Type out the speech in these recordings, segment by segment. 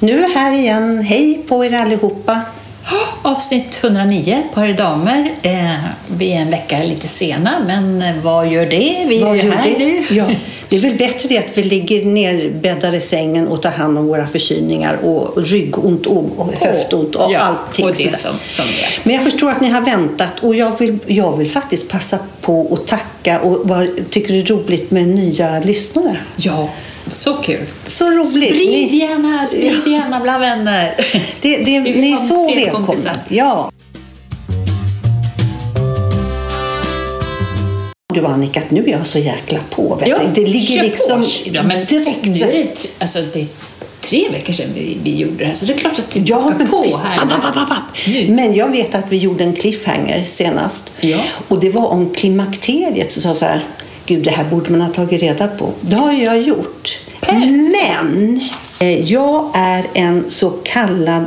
Nu är här igen. Hej på er allihopa. Avsnitt 109, par damer. Vi är en vecka lite sena, men vad gör det? Vi är ju här nu. Ja, det är väl bättre att vi ligger nerbäddade i sängen och tar hand om våra förkylningar och ryggont och höftont och allting. Och det som det. Men jag förstår att ni har väntat och jag vill faktiskt passa på att tacka och tycker det är roligt med nya lyssnare. Ja, så kul. Så roligt. Sprid gärna bland vänner. Ni är så välkomna. Ja. Du Annika, att nu är jag så jäkla på. Vet du? Det ligger liksom direkt. Nu är det, alltså, det är 3 veckor sedan vi gjorde det här, så det är klart att det är på här. Men jag vet att vi gjorde en cliffhanger senast. Ja. Och det var om klimakteriet. Så sa så här, gud, det här borde man ha tagit reda på. Det har jag gjort. Men jag är en så kallad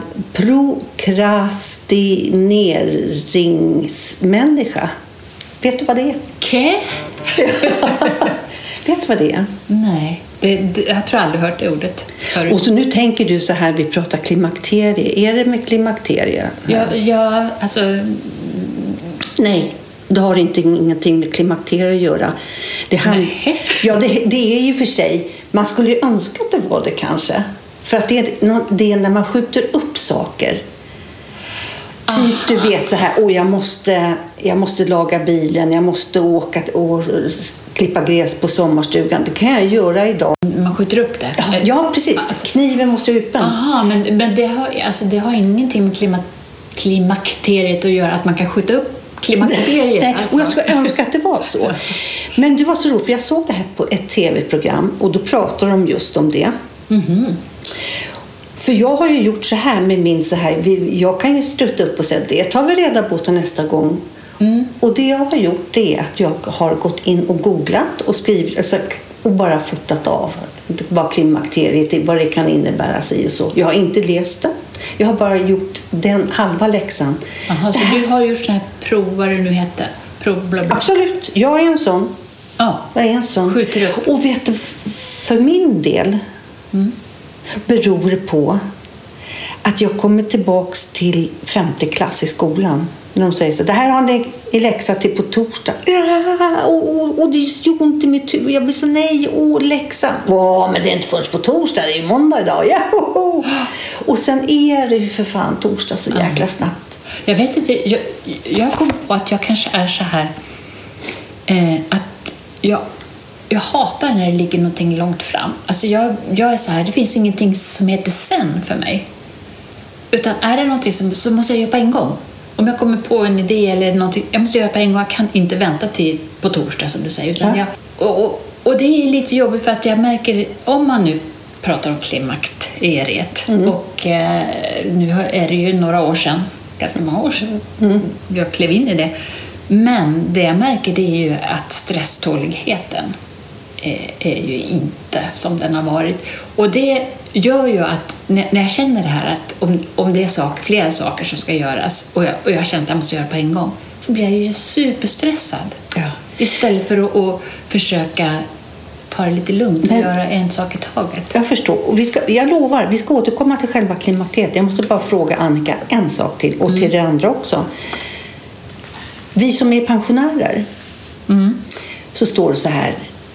prokrastineringsmänniska. Vet du vad det är? Vet du vad det är? Nej, jag tror aldrig hört det ordet förut. Och så nu tänker du så här, vi pratar klimakterie. Är det med klimakterie? Ja, alltså... Nej, det har ingenting med klimakterie att göra. Det är ju för sig... Man skulle ju önska att det var det kanske. För att det är när man skjuter upp saker. Typ du vet så här, jag måste laga bilen, jag måste åka och klippa gräs på sommarstugan. Det kan jag göra idag. Man skjuter upp det? Ja, precis. Alltså, kniven måste ut. Men det har ingenting med klimakteriet att göra, att man kan skjuta upp klimakteriet. Nej, alltså. och jag skulle önska att det var så. Men det var så roligt, för jag såg det här på ett tv-program och då pratar de just om det. Mm-hmm. För jag har ju gjort så här med min så här, jag kan ju strutta upp och säga det tar vi reda på till nästa gång. Och det jag har gjort det är att jag har gått in och googlat och skrivit alltså, och bara fotat av vad klimakteriet, vad det kan innebära sig och så. Jag har inte läst det. Jag har bara gjort den halva läxan. Aha, så du har gjort sån här prov, vad det nu heter? Absolut, jag är en sån. Ja, jag är en sån. Skjuter upp. Och vet du, för min del beror det på att jag kommer tillbaks till 5:e klass i skolan. När de säger så, det här har ni i läxa till på torsdag. Och det är ont i mitt huvud. Jag blir så, nej, läxa. Men det är inte förrän på torsdag, det är ju måndag idag. Jahoho. Och sen är det ju för fan torsdag så jäkla snabbt. Jag vet inte, jag kom på att jag kanske är så här att jag hatar när det ligger någonting långt fram. Alltså jag är så här, det finns ingenting som heter sen för mig. Utan är det någonting så måste jag göra på en gång. Om jag kommer på en idé eller någonting, jag måste göra på en gång. Jag kan inte vänta till på torsdag som du säger. Utan och det är lite jobbigt för att jag märker, om man nu pratar om klimakteriet och nu är det ju några år sedan, ganska många år sedan jag klev in i det. Men det jag märker det är ju att stresståligheten är ju inte som den har varit. Och det gör ju att när jag känner det här att om det är flera saker som ska göras och jag känner att jag måste göra på en gång, så blir jag ju superstressad. Ja. Istället för att försöka ta det lite lugnt och göra en sak i taget. Jag förstår. Och jag lovar, vi ska återkomma till själva klimakteriet. Jag måste bara fråga Annika en sak till och till det andra också. Vi som är pensionärer så står det så här,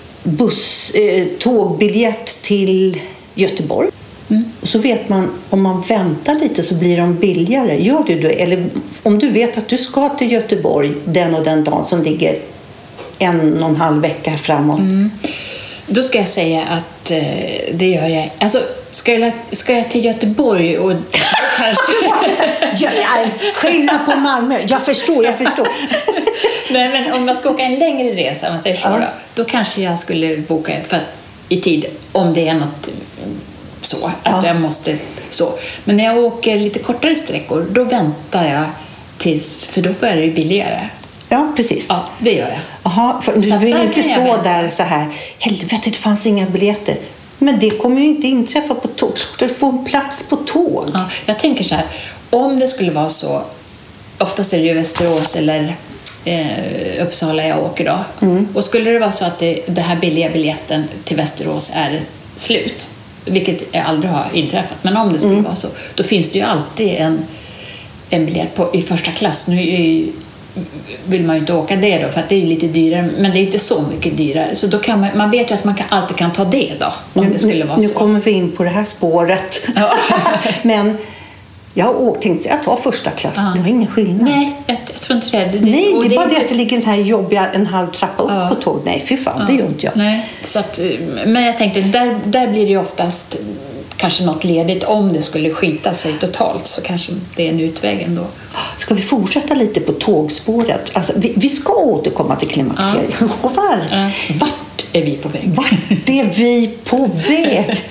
tågbiljett till Göteborg. Och så vet man, om man väntar lite så blir de billigare. Gör du det? Eller om du vet att du ska till Göteborg den och den dagen som ligger 1,5 vecka framåt. Då ska jag säga att det gör jag. Alltså, ska jag till Göteborg och kanske... Skillnad på Malmö. Jag förstår. Nej, men om jag ska åka en längre resa, om man säger så, då kanske jag skulle boka i tid om det är något så att jag måste så. Men när jag åker lite kortare sträckor, då väntar jag för då är det ju billigare. Ja, precis. Ja, det gör jag. Jaha, för du vill inte stå där så här, helvete, det fanns inga biljetter. Men det kommer ju inte inträffa på tåg. Du får en plats på tåg. Ja, jag tänker så här, om det skulle vara så, oftast är det ju Västerås eller Uppsala jag åker då. Och skulle det vara så att det här billiga biljetten till Västerås är slut, vilket aldrig har inträffat, men om det skulle vara så, då finns det ju alltid en biljett i första klass. Nu vill man ju inte åka det då, för att det är lite dyrare, men det är inte så mycket dyrare, så då kan man vet ju att man alltid kan ta det då, om det skulle vara så. Nu kommer vi in på det här spåret. Ja. Men jag tänkte jag tar första klass, det var ingen skillnad. Nej, jag tror inte det. Nej, det är bara det att det ligger den här jobbiga en halv trappa upp på tåg. Nej, fy fan, det gör inte jag. Nej, så att, men jag tänkte, där blir det ju oftast kanske något ledigt. Om det skulle skita sig totalt så kanske det är en utväg ändå. Ska vi fortsätta lite på tågspåret? Alltså, vi ska återkomma till klimakteriet. Vart är vi på väg? Vart är vi på väg?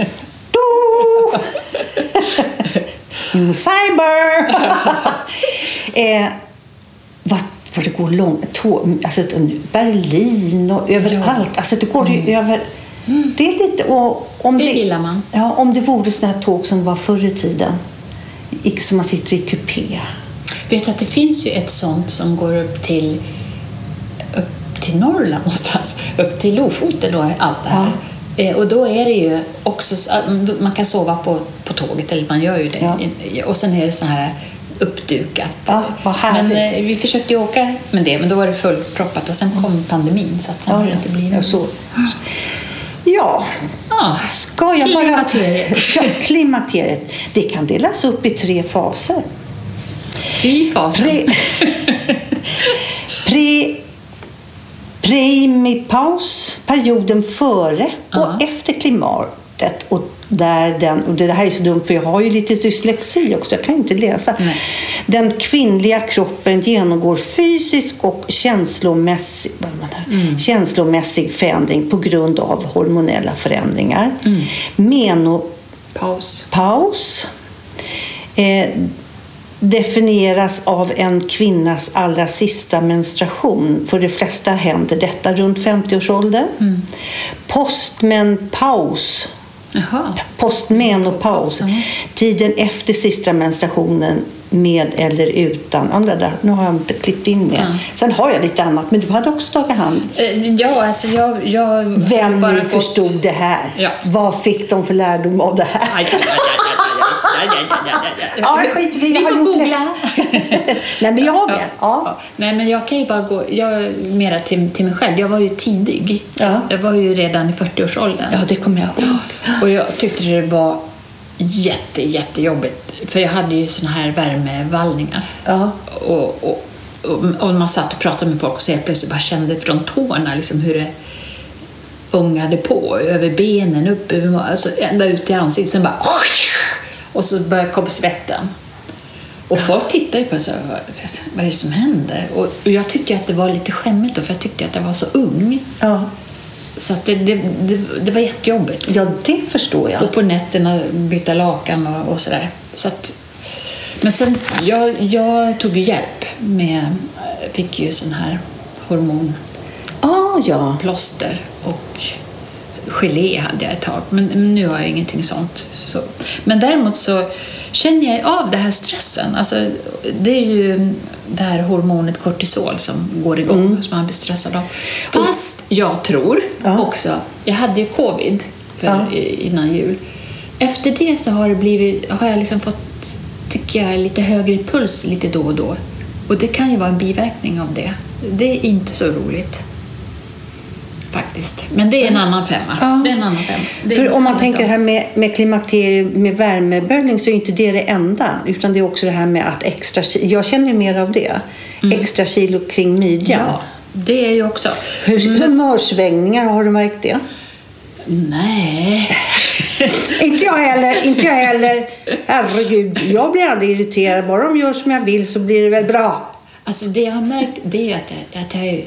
Cyber! Vad det går långt tåg, alltså Berlin och överallt. Alltså det går ju över. Det är lite, och om det gillar man. Ja, om det vore såna här tåg som var förr i tiden, som man sitter i kupé. Vet du att det finns ju ett sånt som går upp till Norrland någonstans, upp till Lofoten då, allt det här. Och då är det ju också, man kan sova på tåget, eller man gör ju det. Och sen är det så här uppdukat. Ja, vad härligt. Men vi försökte ju åka med det, men då var det fullproppat och sen kom pandemin, så att sen har det inte blivit så. Ja, ska jag bara... Klimakteriet. Det kan delas upp i 3 faser. Fy fasen. Primipaus, perioden före och efter klimatet. Och det här är så dumt, för jag har ju lite dyslexi också, jag kan inte läsa. Den kvinnliga kroppen genomgår fysisk och känslomässig förändring på grund av hormonella förändringar. Menopaus definieras av en kvinnas allra sista menstruation. För de flesta händer detta runt 50-årsåldern. Postmenopaus, tiden efter sista menstruationen, med eller utan. Nu har jag inte klippt in med. Sen har jag lite annat, men du hade också tagit hand. Ja, alltså jag vem bara förstod det här? Ja. Vad fick de för lärdom av det här? Ja, skit i det. Jag har gjort googla. Nej, men jag har det. Nej, men jag kan ju bara gå. Jag mera till mig själv. Jag var ju tidig. Jag var ju redan i 40-årsåldern. Ja, det kommer jag ihåg. Och jag tyckte det var jättejobbigt. För jag hade ju såna här värmevallningar. Och man satt och pratade med folk och så helt plötsligt bara kände från tårna liksom hur det ångade på över benen, upp alltså ända ut i ansiktet. Sen bara... Och så började komma svetten. Och folk tittade ju på så, vad är det som händer? Och jag tyckte att det var lite skämmigt då, för jag tyckte att jag var så ung. Så att det var jättejobbigt. Ja, det förstår jag. Och på nätterna byta lakan och sådär. Så att, men sen, jag tog ju hjälp med, fick ju sån här hormon. Plåster och gelé hade jag ett tag. Men nu har jag ingenting sånt. Så. Men däremot så känner jag av det här stressen. Alltså, det är ju det här hormonet kortisol som går igång som man blir stressad av. Fast jag tror också, jag hade ju covid innan jul. Efter det så har jag liksom fått, tycker jag, lite högre puls lite då och då. Och det kan ju vara en biverkning av det. Det är inte så roligt. Faktiskt. Men det är en annan femma. Det är en annan femma. För om man tänker här med klimakteriet, med värmebölning, så är inte det enda. Utan det är också det här med att jag känner ju mer av det. Extra kilo kring midjan. Ja, det är ju också. Humörsvängningar, har du märkt det? Nej. Inte jag heller. Herregud, jag blir aldrig irriterad. Bara de gör som jag vill så blir det väl bra. Alltså det jag har märkt, det är att jag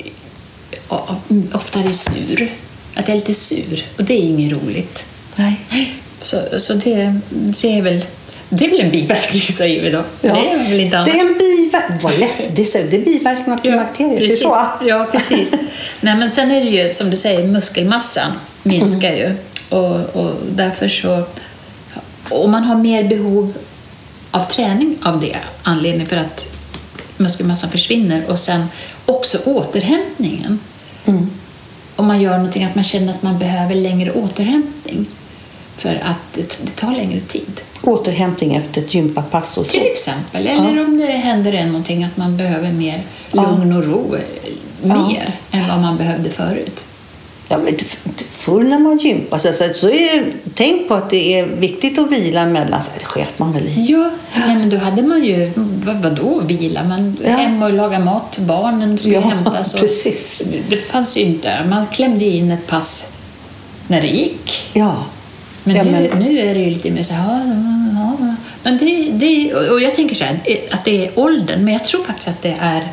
ofta är sur. Att jag är lite sur. Och det är inget roligt. Nej. Så det är väl en biverkning, säger vi då. Ja. Det är väl inte annat. Det är en biverkning. Vad lätt. Det är biverkning av klimakteriet. Precis. Det är så. Ja, precis. Nej, men sen är det ju, som du säger, muskelmassan minskar ju. Och därför så... Och man har mer behov av träning av det. Anledningen för att muskelmassan försvinner. Och sen också återhämtningen. Om man gör någonting, att man känner att man behöver längre återhämtning. För att det tar längre tid. Återhämtning efter ett gympapass och så. Till exempel. Eller om det händer någonting att man behöver mer lugn och ro. Mer än vad man behövde förut. Ja, men förr när man gympar så tänk på att det är viktigt att vila emellan. Så det sket man väl i. Ja, nej, men då hade man ju, vadå vila? Man hem och laga mat, barnen skulle hämtas. Och precis. Det fanns ju inte. Man klämde in ett pass när det gick. Ja. Men nu är det ju lite mer så här. Men det, och jag tänker så här, att det är åldern. Men jag tror faktiskt att det är...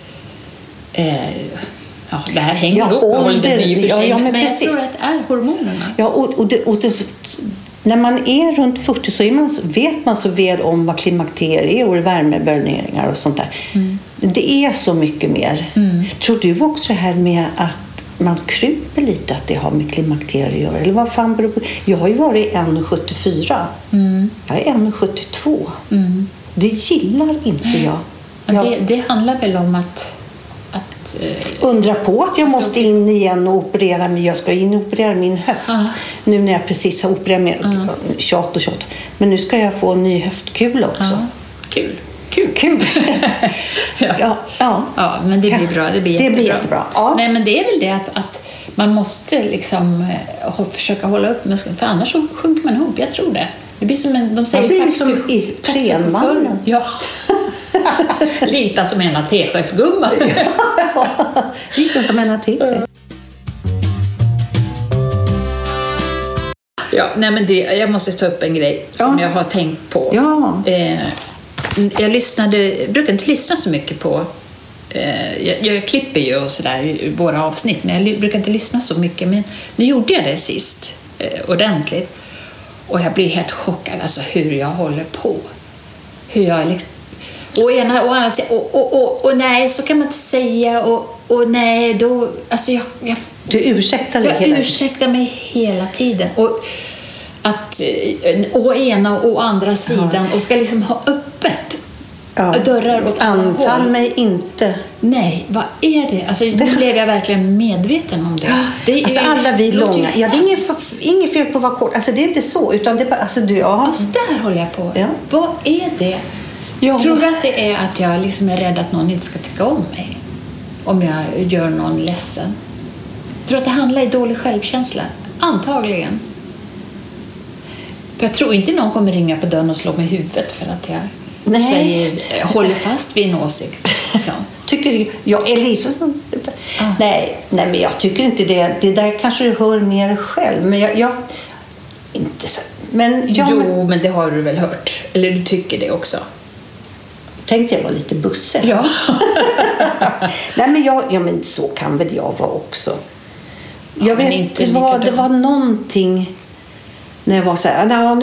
det här hänger ihop med åldern i och för sig. Men jag tror att det är hormonerna. Ja, och när man är runt 40 så vet man så väl om vad klimakterier är och värmeböljningar och sånt där. Det är så mycket mer. Tror du också det här med att man kryper lite, att det har med klimakterier att göra? Eller vad fan beror på? Jag har ju varit 1,74. Jag är 1,72. Det gillar inte jag. Det handlar väl om att undra på att jag måste in igen och operera mig. Jag ska in och operera min höft. Nu när jag precis har opererat med tjat. Men nu ska jag få en ny höftkula också. Kul. Ja, men det blir bra. Det blir jättebra. Ja. Nej, men det är väl det att man måste liksom försöka hålla upp muskeln, för annars så sjunker man ihop. Jag tror det. Det blir som de säger, det blir som i Trenmannen. Ja. Lite som en teskedsgumma. Lite som en teskedsgumma. Ja, nej, men jag måste ta upp en grej som jag har tänkt på. Ja. Jag brukar inte lyssna så mycket på... Jag klipper ju och sådär våra avsnitt, men jag brukar inte lyssna så mycket. Men nu gjorde jag det sist ordentligt. Och jag blir helt chockad alltså hur jag håller på. Hur jag liksom... Och ena och andra och nej, så kan man inte säga. Och nej, då... Alltså du ursäktar dig hela tiden. Jag ursäktar mig hela tiden. Och att å ena och å andra sidan och ska liksom ha öppet dörrar åt anfall mig inte. Nej, vad är det? Alltså, nu blev jag verkligen medveten om det. Alltså alla vi långa. Ja, det är inget fel på att vara kort. Alltså det är inte så, utan det är bara... Alltså där håller jag på. Ja. Vad är det? Tror du att det är att jag liksom är rädd att någon inte ska tycka om mig? Om jag gör någon ledsen? Tror du att det handlar om dålig självkänsla? Antagligen. För jag tror inte någon kommer ringa på dörren och slå mig i huvudet för att jag håller fast vid en åsikt. Tycker du? Jag är lite... Nej, men jag tycker inte det. Det där kanske du hör mer själv. Men jag inte så... Men men det har du väl hört? Eller du tycker det också? Tänkte jag var lite busse. Ja. Nej, men men så kan väl jag vara också. Jag vet det var någonting när jag var så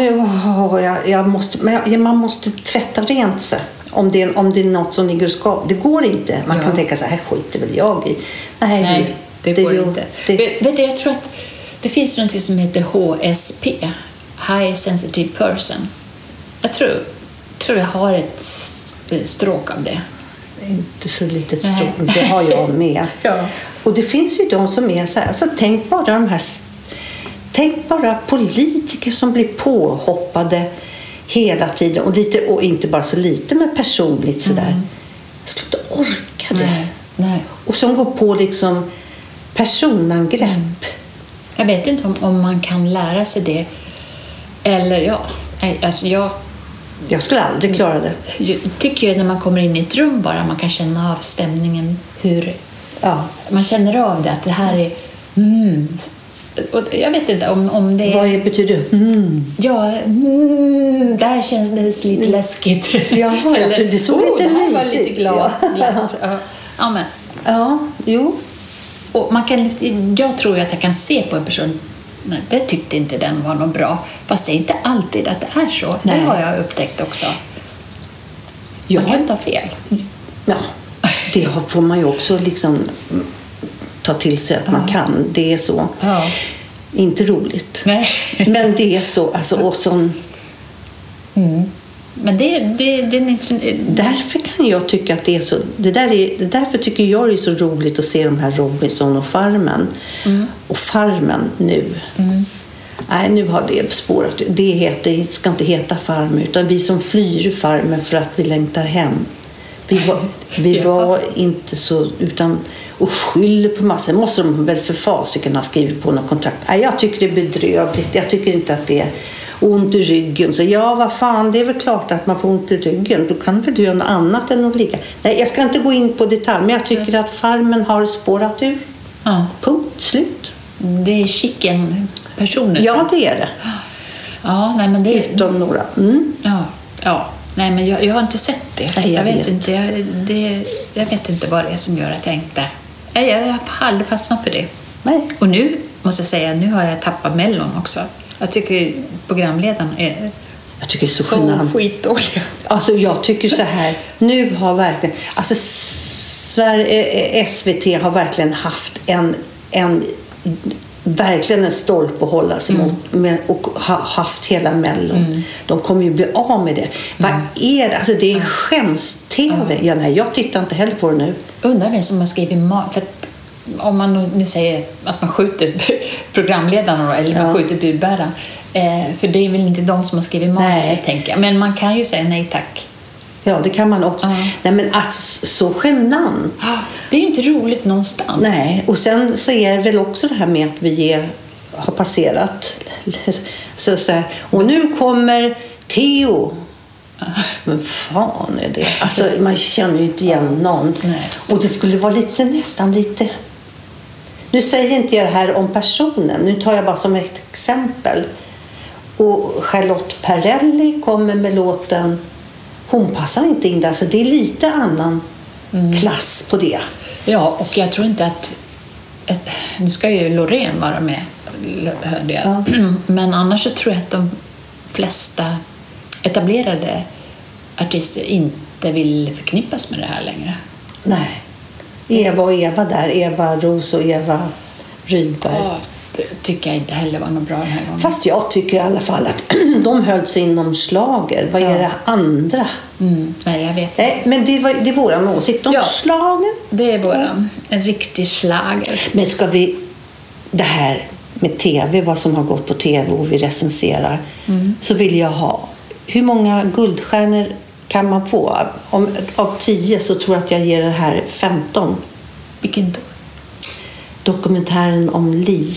här, man måste tvätta rent sig. Om det är något som ligger och skapar. Det går inte. Man kan tänka så här skiter väl jag i. Nej, det går inte. Vet du, jag tror att det finns något som heter HSP. High Sensitive Person. Jag tror jag har ett stråk av det. Inte så litet stråk. Det har jag med. Och det finns ju de som är så här. Alltså, tänk bara politiker som blir påhoppade hela tiden. Och inte bara så lite, men personligt sådär. Jag skulle inte orka det. Nej. Och som går på liksom personangrepp. Jag vet inte om man kan lära sig det. Eller jag skulle aldrig klara det. Jag tycker ju när man kommer in i ett rum bara man kan känna av stämningen, hur man känner av det, att det här är och jag vet inte om det är... Vad betyder där känns det lite läskigt. Jaha, jag trodde det såg lite mysigt. Var lite glad. Jo. Och jag tror att jag kan se på en person, nej, det tyckte inte den var något bra. Fast det är inte alltid att det är så. Nej. Det har jag upptäckt också. Man kan ta fel. Ja, det får man ju också liksom ta till sig att man kan. Det är så. Ja. Inte roligt. Nej. Men det är så. Alltså, och som... Men därför kan jag tycka att det är så. Därför tycker jag det är så roligt att se de här Robinson och Farmen. Och Farmen nu. Nej, nu har det spårat. Det ska inte heta Farmen, utan vi som flyr Farmen för att vi längtar hem. Vi var inte så, utan och skyller på massor. Måste de väl för fasiken ha skrivit på något kontrakt? Nej, jag tycker det är bedrövligt. Jag tycker inte att det är ont i ryggen. Så vad fan, det är väl klart att man får ont i ryggen. Då kan väl du göra något annat än att ligga. Nej, jag ska inte gå in på detalj, men jag tycker att Farmen har spårat ur. Ja. Punkt, slut. Det är chicken-personer. Ja, det är det. Ja, nej, men det är... Utom några. Ja. Nej, men jag har inte sett det. Nej, jag vet inte. Jag vet inte vad det är som gör att jag inte... Jag har aldrig fastnat för det. Nej. Och nu måste jag säga, nu har jag tappat Mellon också. Jag tycker programledaren är... Jag tycker det är så genant. Skitdåliga. Alltså jag tycker så här, nu har verkligen, alltså SVT har verkligen haft verkligen en stolpe att hålla sig mot och har haft hela Mellon. De kommer ju bli av med det. Vad är det? Alltså det är skäms-tv. Ja, nej, jag tittar inte heller på det nu. Undrar vem som har skrivit för att om man nu säger att man skjuter programledarna eller man skjuter budbäraren. För det är väl inte de som har skrivit manus, tänker jag. Men man kan ju säga nej tack. Ja, det kan man också. Nej, men att så genant. Det är ju inte roligt någonstans. Nej, och sen så är det väl också det här med att vi har passerat. Så här, och nu kommer Theo. Men fan är det? Alltså man känner ju inte igen någon. Nej. Och det skulle vara nästan lite... Nu säger inte jag det här om personen. Nu tar jag bara som ett exempel. Och Charlotte Perrelli kommer med låten... Hon passar inte in där. Så det är lite annan klass på det. Ja, och jag tror inte att... Nu ska ju Loreen vara med, hörde jag. Ja. Men annars så tror jag att de flesta etablerade artister inte vill förknippas med det här längre. Nej. Eva och Eva där. Eva Ros och Eva Rydberg. Ja, det tycker jag inte heller var något bra den här gången. Fast jag tycker i alla fall att de höll sig inom slager. Vad är det andra? Nej, jag vet inte. Nej, men det är våran åsikt om slager. Det är våran. En riktig slager. Men ska vi... Det här med tv, vad som har gått på tv och vi recenserar. Så vill jag ha... Hur många guldstjärnor kan man få? Av 10 så tror jag att jag ger det här 15. Vilken då? Dokumentären om Li.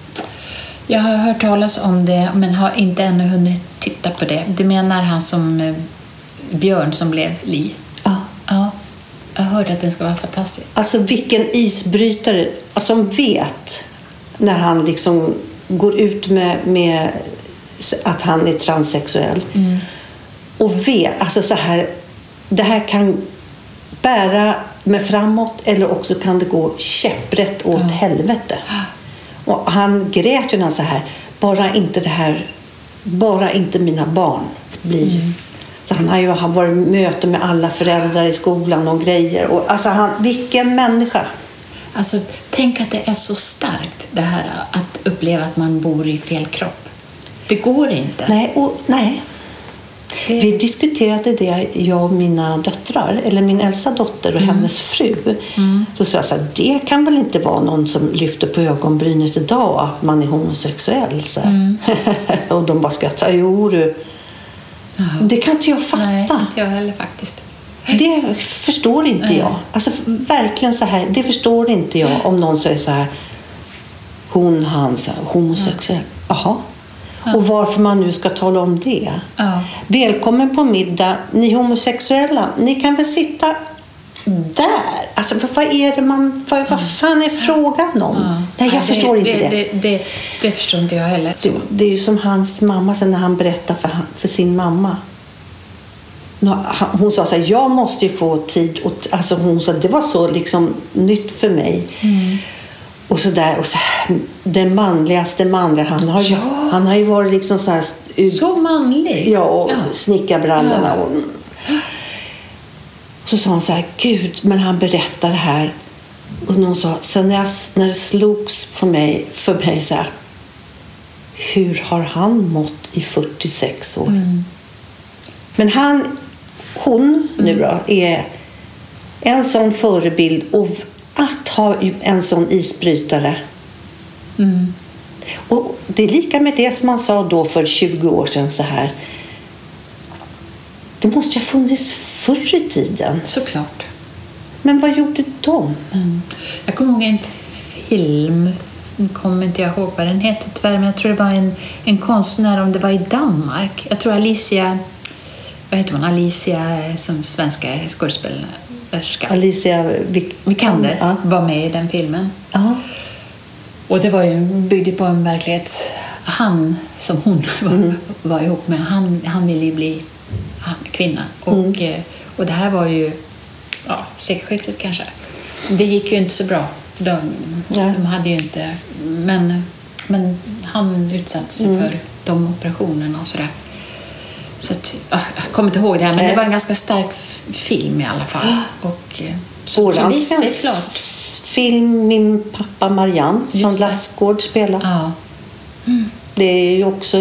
Jag har hört talas om det, men har inte ännu hunnit titta på det. Du menar han som Björn som blev Li? Ja. Ja. Jag hörde att den ska vara fantastisk. Alltså vilken isbrytare som vet när han liksom går ut med att han är transsexuell. Och vet, alltså så här, det här kan bära med framåt eller också kan det gå käpprätt åt helvete. Och han grät ju när han så här, bara inte mina barn blir. Så han har ju varit möte med alla föräldrar i skolan och grejer. Och, alltså vilken människa. Alltså tänk att det är så starkt det här att uppleva att man bor i fel kropp. Det går inte. Nej. Vi diskuterade det, jag och mina döttrar, eller min äldsta dotter och hennes fru. Så sa jag så här, det kan väl inte vara någon som lyfter på ögonbrynet idag att man är homosexuell. Så och de bara skrattade, jo du. Det kan inte jag fatta. Nej, inte jag heller faktiskt. Det förstår inte jag. Alltså verkligen så här, det förstår inte jag om någon säger så här, han, så här, homosexuell. Jaha. Och varför man nu ska tala om det. Välkommen på middag. Ni homosexuella, ni kan väl sitta där. Alltså vad är det vad fan är frågan om? Nej, jag förstår inte det. Det förstår inte jag heller. Det är ju som hans mamma sen när han berättar för sin mamma. Hon sa så här, jag måste ju få tid. Alltså hon sa, det var så liksom nytt för mig. Och så där, och så här, den manligaste manliga. Han har ju varit liksom så här... Så manlig? Ja, och snickarbrallorna. Och så sa han så här, Gud, men han berättar det här. Och någon sa, sen när det slogs för mig så här, hur har han mått i 46 år? Men hon nu då är en sån förebild, och att ha en sån isbrytare Och det är lika med det som man sa då för 20 år sedan så här. Det måste ha funnits förr i tiden. Såklart. Men vad gjorde de? Jag kommer ihåg en film, nu kommer inte jag ihåg vad den heter tyvärr, men jag tror det var en konstnär, om det var i Danmark. Jag tror Alicia, vad heter hon? Alicia som svenska skådespelerska. Alicia Vikander var med i den filmen. Ja. Och det var ju byggde på en verklighet. Han som hon var ihop med, han ville ju bli kvinna. Och det här var ju sekelskiftet kanske. Det gick ju inte så bra. De hade ju inte... Men han utsatte sig för de operationerna och sådär. Så att, jag kommer inte ihåg det här, men det var en ganska stark film i alla fall. Och så visst, klart. Film Min pappa Marianne som Lassgård spelar. Ja. Det är ju också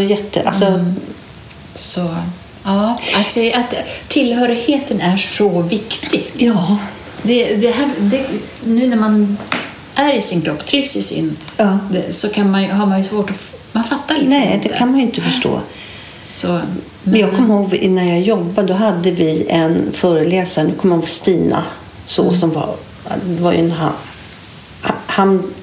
Så... Ja, alltså att tillhörigheten är så viktig. Ja. Nu när man är i sin kropp, trivs i sin, så har man ju svårt att... Man fattar liksom Nej, inte. det kan man ju inte förstå. Men jag kommer ihåg när jag jobbade, då hade vi en föreläsare, nu kommer jag ihåg Stina, som var ju en han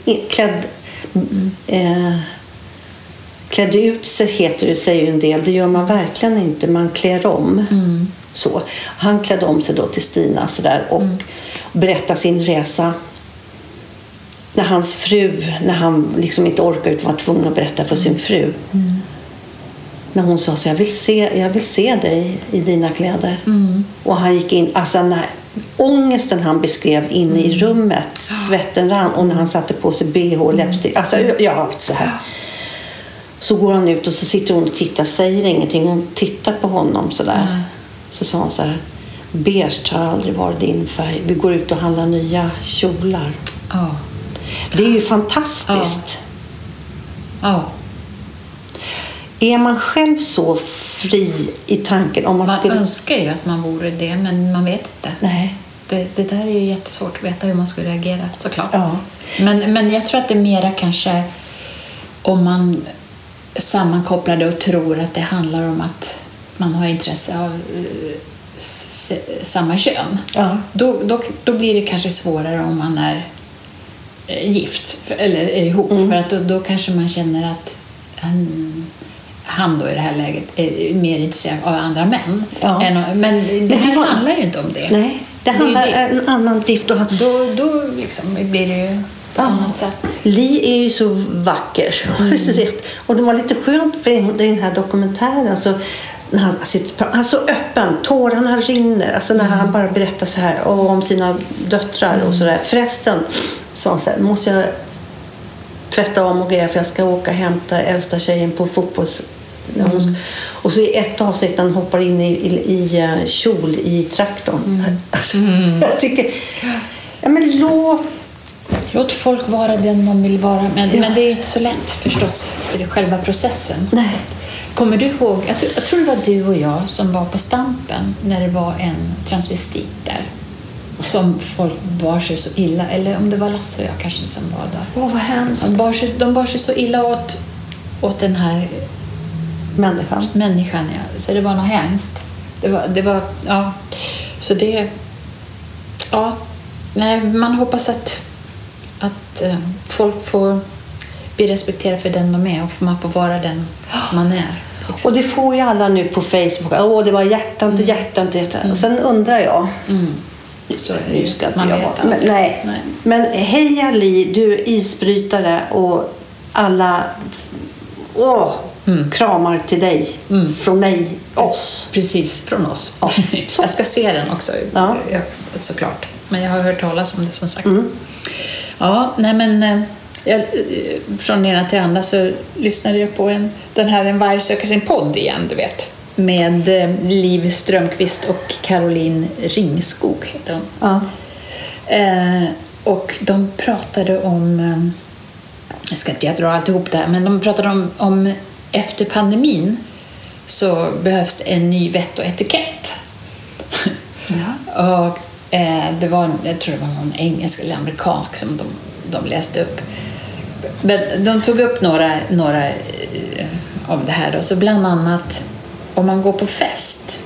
klädde ut sig, heter det, säger ju en del. Det gör man verkligen inte, man klär om. Så. Han klädde om sig då till Stina så där, och berättade sin resa. När hans fru, när han liksom inte orkade utan var tvungen att berätta för sin fru. När hon sa så, jag vill se dig i dina kläder. Och han gick in, alltså när ångesten han beskrev inne i rummet, svetten rann, och när han satte på sig BH, läppstift, alltså allt så här. Så går han ut och så sitter hon och tittar, säger ingenting, hon tittar på honom så där. Så sa hon så här: beige har aldrig varit din färg, vi går ut och handlar nya kjolar. Det är ju fantastiskt. Är man själv så fri i tanken om man skulle... önskar ju att man vore det, men man vet inte. Nej. Det där är ju jättesvårt att veta hur man skulle reagera, såklart. Men jag tror att det är mera kanske om man sammankopplar det och tror att det handlar om att man har intresse av samma kön. Då blir det kanske svårare om man är gift eller är ihop, för att då kanske man känner att han då i det här läget är mer intresserad av andra män. Men det här handlar ju inte om det. Nej, det handlar om en annan drift. Då liksom blir det ju på annat sätt. Li är ju så vacker. Och det var lite skönt för den här dokumentären. Så när han är så öppen, tårarna rinner. Alltså när han bara berättar så här om sina döttrar och sådär. Förresten, sa han så här, måste jag tvätta om och grejer för jag ska åka och hämta äldsta tjejen på fotbolls... Och så i ett avsnitt han hoppar in i kjol i traktorn. Jag tycker, men låt folk vara den man vill vara. Men det är ju inte så lätt förstås, själva processen. Nej. Kommer du ihåg, jag tror det var du och jag som var på Stampen när det var en transvestit där. Som folk bar sig så illa, eller om det var Lasse och jag kanske som var där. Vad hemskt. De bar sig så illa åt den här människan, ja. Så det var något hemskt. Det var så det, nej, man hoppas att folk får bli respekterade för den de är och man får vara den man är. Liksom. Och det får ju alla nu på Facebook. Det var hjärtan till hjärtan till hjärtan. Och sen undrar jag. Så är det nu ska inte jag vara. Nej. Men heja Li, du är isbrytare och alla kramar till dig från mig, oss. Precis, från oss. Jag ska se den också, såklart. Men jag har hört talas om det som sagt. Från ena till andra så lyssnade jag på En varg söker sin podd igen, du vet. Med Liv Strömqvist och Caroline Ringskog heter hon. Och de pratade om, jag ska inte dra alltihop det här, men de pratade om efter pandemin så behövs det en ny vett och etikett. Och jag tror det var någon engelsk eller amerikansk som de läste upp. Men de tog upp några av det här då. Så bland annat om man går på fest,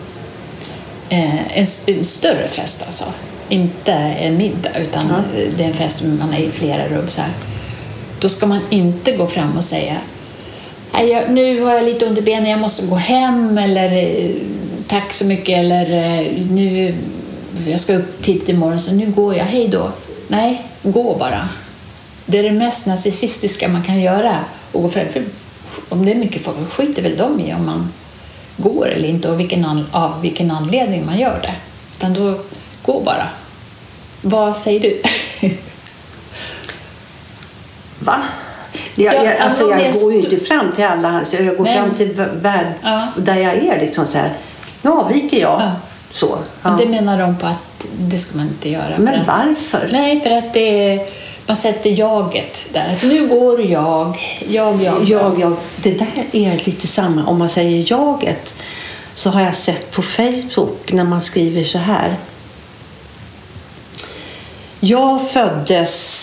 en större fest alltså, inte en middag utan det är en fest man är i flera rum så här. Då ska man inte gå fram och säga nu har jag lite under benen, jag måste gå hem, eller tack så mycket, eller nu jag ska upp tidigt imorgon så nu går jag, hej då. Nej, gå bara. Det är det mest narcissistiska man kan göra, och gå fram. För om det är mycket folk, skiter väl de i om man går eller inte, och vilken anledning man gör det. Utan då gå bara. Vad säger du? Va? Jag går ju inte fram till alla, jag går fram till där jag är liksom så här. Nu avviker jag. Ja. Så. Ja. Det menar de på att det ska man inte göra. Men varför? Nej, för att man sätter jaget där. Nu går jag. Det där är lite samma. Om man säger jaget, så har jag sett på Facebook när man skriver så här. Jag föddes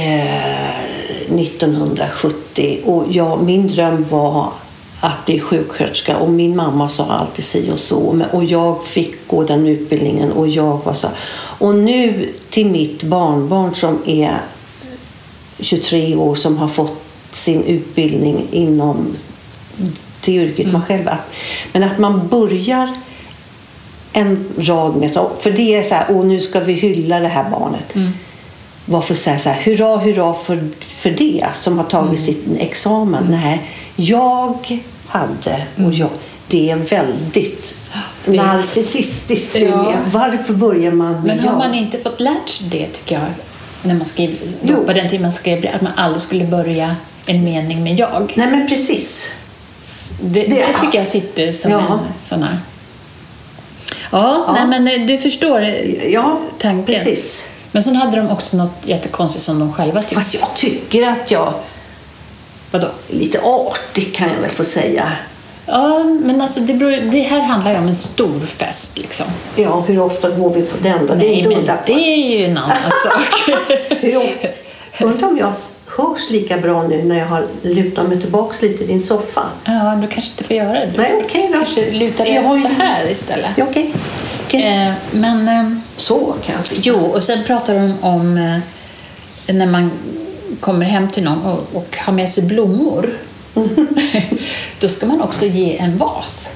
1970 och min dröm var att bli sjuksköterska, och min mamma sa alltid si och så, och jag fick gå den utbildningen och jag var så. Och nu till mitt barnbarn som är 23 år, som har fått sin utbildning inom det yrket man själv är. Men att man börjar en rad med så, för det är så här, nu ska vi hylla det här barnet. Varför säga så här, hurra för det som har tagit sin examen? Nej, jag hade och jag, det är väldigt narcissistiskt. Varför börjar man med? Men har man inte fått lärt sig det, tycker jag, när man skrev på den tiden man skrev att man aldrig skulle börja en mening med jag? Nej, men precis. Det tycker jag sitter som en sån här. Nej, men du förstår tanken. Precis. Men sen hade de också något jättekonstigt som de själva tyckte. Fast jag tycker att jag... Vadå? Lite artig kan jag väl få säga. Ja, men alltså det här handlar ju om en stor fest liksom. Ja, hur ofta går vi på den då? Nej, det är ju en annan sak. Hur ofta? Undrar om jag hörs lika bra nu när jag har lutat mig tillbaka lite i din soffa. Ja, du kanske inte får göra det. Nej, okej då. Kanske lutar dig så här istället. Ja, okej. Men... så kan jag säga. Jo, och sen pratar de om när man kommer hem till någon och har med sig blommor. Då ska man också ge en vas.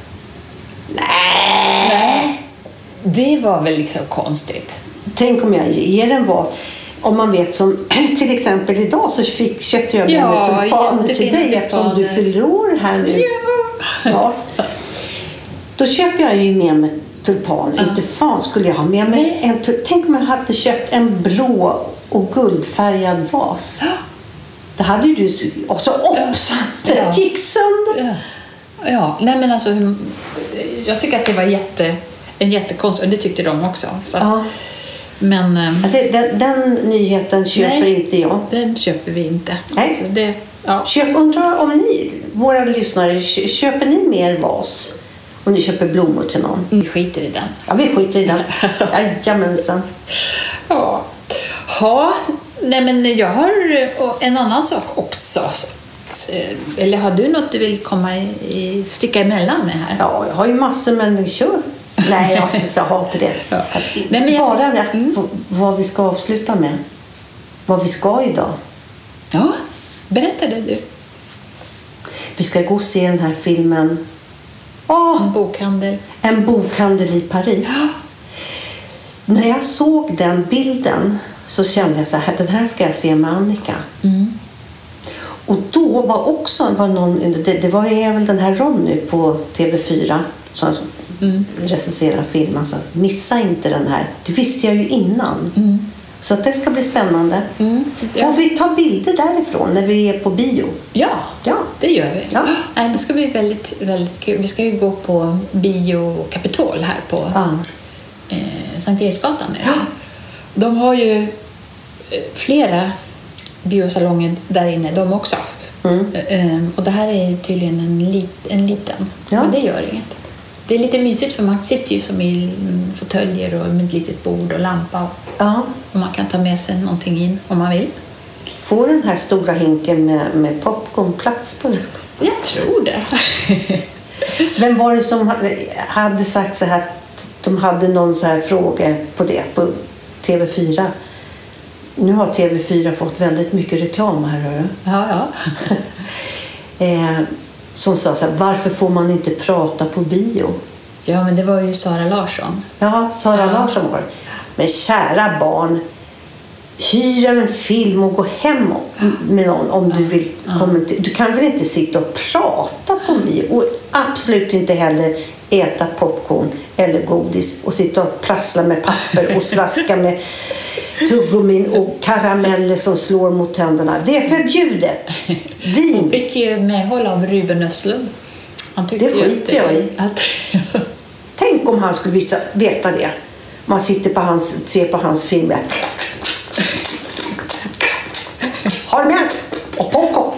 Nej. Det var väl liksom konstigt. Tänk om jag ger en vas. Om man vet, som till exempel idag så köpte jag med mig tulpaner till dig eftersom du fyller år här nu snart. Då köper jag ju med mig tulpaner. Inte fan skulle jag ha med mig en tänk om jag hade köpt en blå och guldfärgad vas. Det hade ju du också det gick sönder. Ja, nej men alltså jag tycker att det var en jättekonst, och det tyckte de också. Så. Men den nyheten köper inte jag. Den köper vi inte. Nej. Undrar om ni, våra lyssnare, köper ni mer vas om ni köper blommor till någon? Vi skiter i den. Ja, vi skiter i den. Jajamensan. Nej, men jag har en annan sak också. Eller har du något du vill sticka emellan med här? Ja, jag har ju massor, men kör. Nej, jag har inte det. Nej, men bara vad vi ska avsluta med. Vad vi ska idag. Ja, berätta det du. Vi ska gå och se den här filmen. En bokhandel i Paris. Ja. När jag såg den bilden så kände jag så här, den här ska jag se med Annika. Och då var någon, det var väl den här Ronny på TV4 som recenserar film. Alltså, missa inte den här. Det visste jag ju innan. Så att det ska bli spännande. Får vi ta bilder därifrån när vi är på bio? Ja, det gör vi. Ja. Det ska bli väldigt, väldigt kul. Vi ska ju gå på Bio Kapitol här på Sankt Eriksgatan. Ja. De har ju flera biosalonger där inne, de också. Och det här är tydligen en liten. Ja. Men det gör inget. Det är lite mysigt för man sitter ju som i fåtöljer och med ett litet bord och lampa. Och man kan ta med sig någonting in om man vill. Får den här stora hinken med popcorn plats på den? Jag tror det. Vem var det som hade sagt så här, de hade någon så här fråga på det på TV4? Nu har TV4 fått väldigt mycket reklam här, hör du? Ja. Som sa så här, varför får man inte prata på bio? Ja, men det var ju Sara Larsson. Ja, Sara Larsson var det. Men kära barn, hyra en film och gå hem med någon om du vill kommentera. Du kan väl inte sitta och prata på bio? Och absolut inte heller äta popcorn eller godis och sitta och prassla med papper och slaska med tuggummin och karameller som slår mot tänderna. Det är förbjudet. Vin. Hon fick ju medhåll av Ruben Östlund. Det skiter jag i. Tänk om han skulle veta det. Man ser på hans film. Har du med? Och popcorn.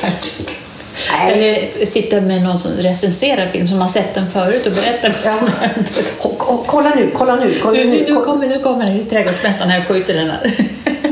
Eller sitta med någon som recenserar film som har sett den förut och berättar vad som händer. Kolla nu. Nu kommer den. Trädgårdsmästaren här skjuter den här.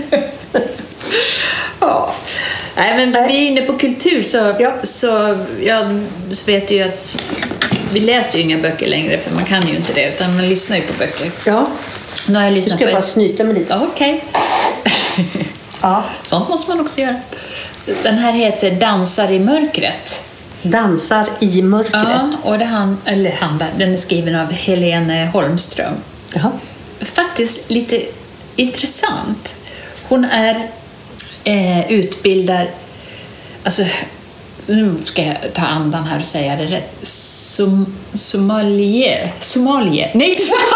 Ja. Nej, men vi är inne på kultur så jag vet ju att vi läser ju inga böcker längre, för man kan ju inte det, utan man lyssnar ju på böcker. Ja. Nu har jag lyssnat du ska bara snyta med lite. Okej. Ja. Sånt måste man också göra. Den här heter Dansar i mörkret. Dansar i mörkret. Ja, och den är skriven av Helene Holmström. Jaha. Faktiskt lite intressant. Hon är utbildad, alltså nu ska jag ta andan här och säga det rätt. Somalier. Nej,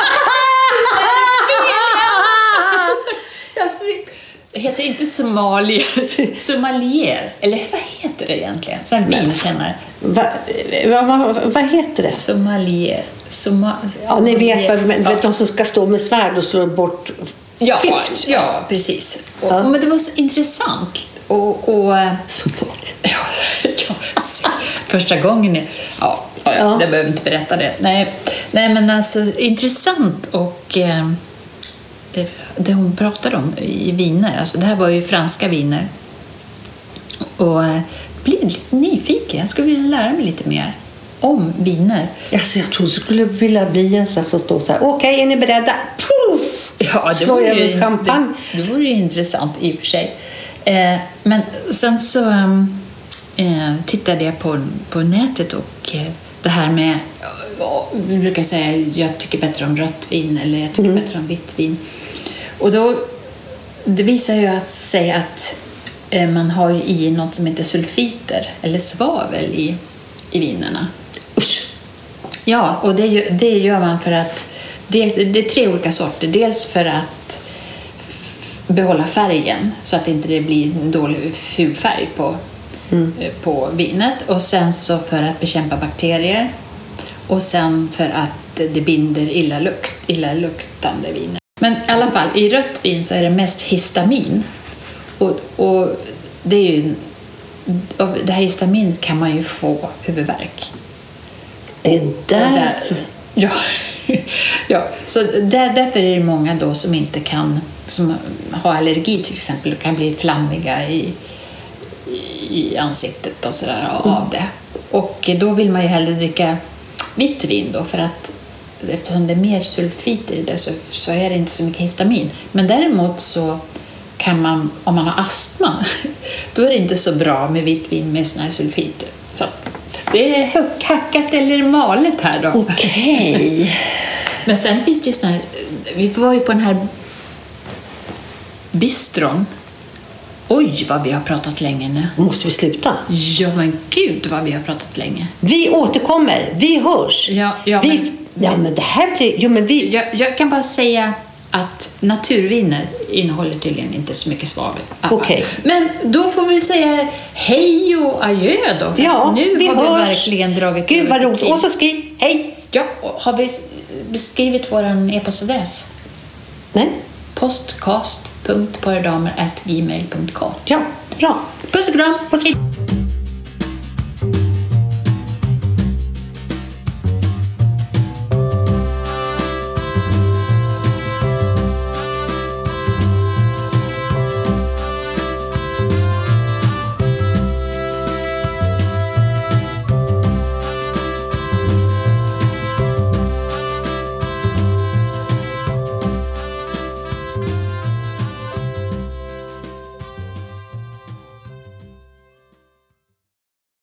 det heter inte somalier. Eller vad heter det egentligen? Så en vinkännare. Vad heter det? Somalier. Ja, ni vet de som ska stå med svärd och slå bort fisk. Ja, precis. Men det var så intressant. Första gången jag behöver inte berätta det. Nej, men alltså intressant. Och det hon pratade om i viner, alltså det här var ju franska viner, och blev lite nyfiken. Jag skulle vilja lära mig lite mer om viner. Alltså jag tror du skulle vilja bli en sån som står så här: okej, är ni beredda? Puff! Ja, det vore ju intressant i och för sig. Men sen så tittade jag på nätet, och det här med, vi brukar säga jag tycker bättre om rött vin eller jag tycker bättre om vitt vin. Och då, det visar ju att säga att man har ju i något som heter sulfiter eller svavel i vinerna. Usch. Ja, och det gör man för att det är 3 olika sorter. Dels för att behålla färgen så att inte det blir en dålig ful färg på vinet, och sen så för att bekämpa bakterier, och sen för att det binder illaluktande viner. Men i alla fall, i rött vin så är det mest histamin, och det är ju, det här histamin kan man ju få huvudvärk. Det är därför. Ja, så därför är det många då som inte kan, som har allergi till exempel, och kan bli flammiga i ansiktet och sådär av det. Och då vill man ju hellre dricka vitt vin då, för att eftersom det är mer sulfiter i det så är det inte så mycket histamin. Men däremot så kan man, om man har astma, då är det inte så bra med vitt vin med såna här sulfiter. Så det är hackat eller malet här då. Okej. Men sen finns det ju såna här, vi var ju på den här bistron. Oj, vad vi har pratat länge nu. Måste vi sluta? Ja, men gud vad vi har pratat länge. Vi återkommer. Vi hörs. Men det här blir... Jo, men vi... Jag kan bara säga att naturviner innehåller tydligen inte så mycket svavel. Okej. Men då får vi säga hej och adjö då. Ja, nu vi har hörs. vi verkligen dragit. Gud vad roligt. Och så skriv hej. Ja, har vi beskrivit vår e-postadress? Nej. Postcast.poredamer@gmail.com. Ja, bra. Puss och kram.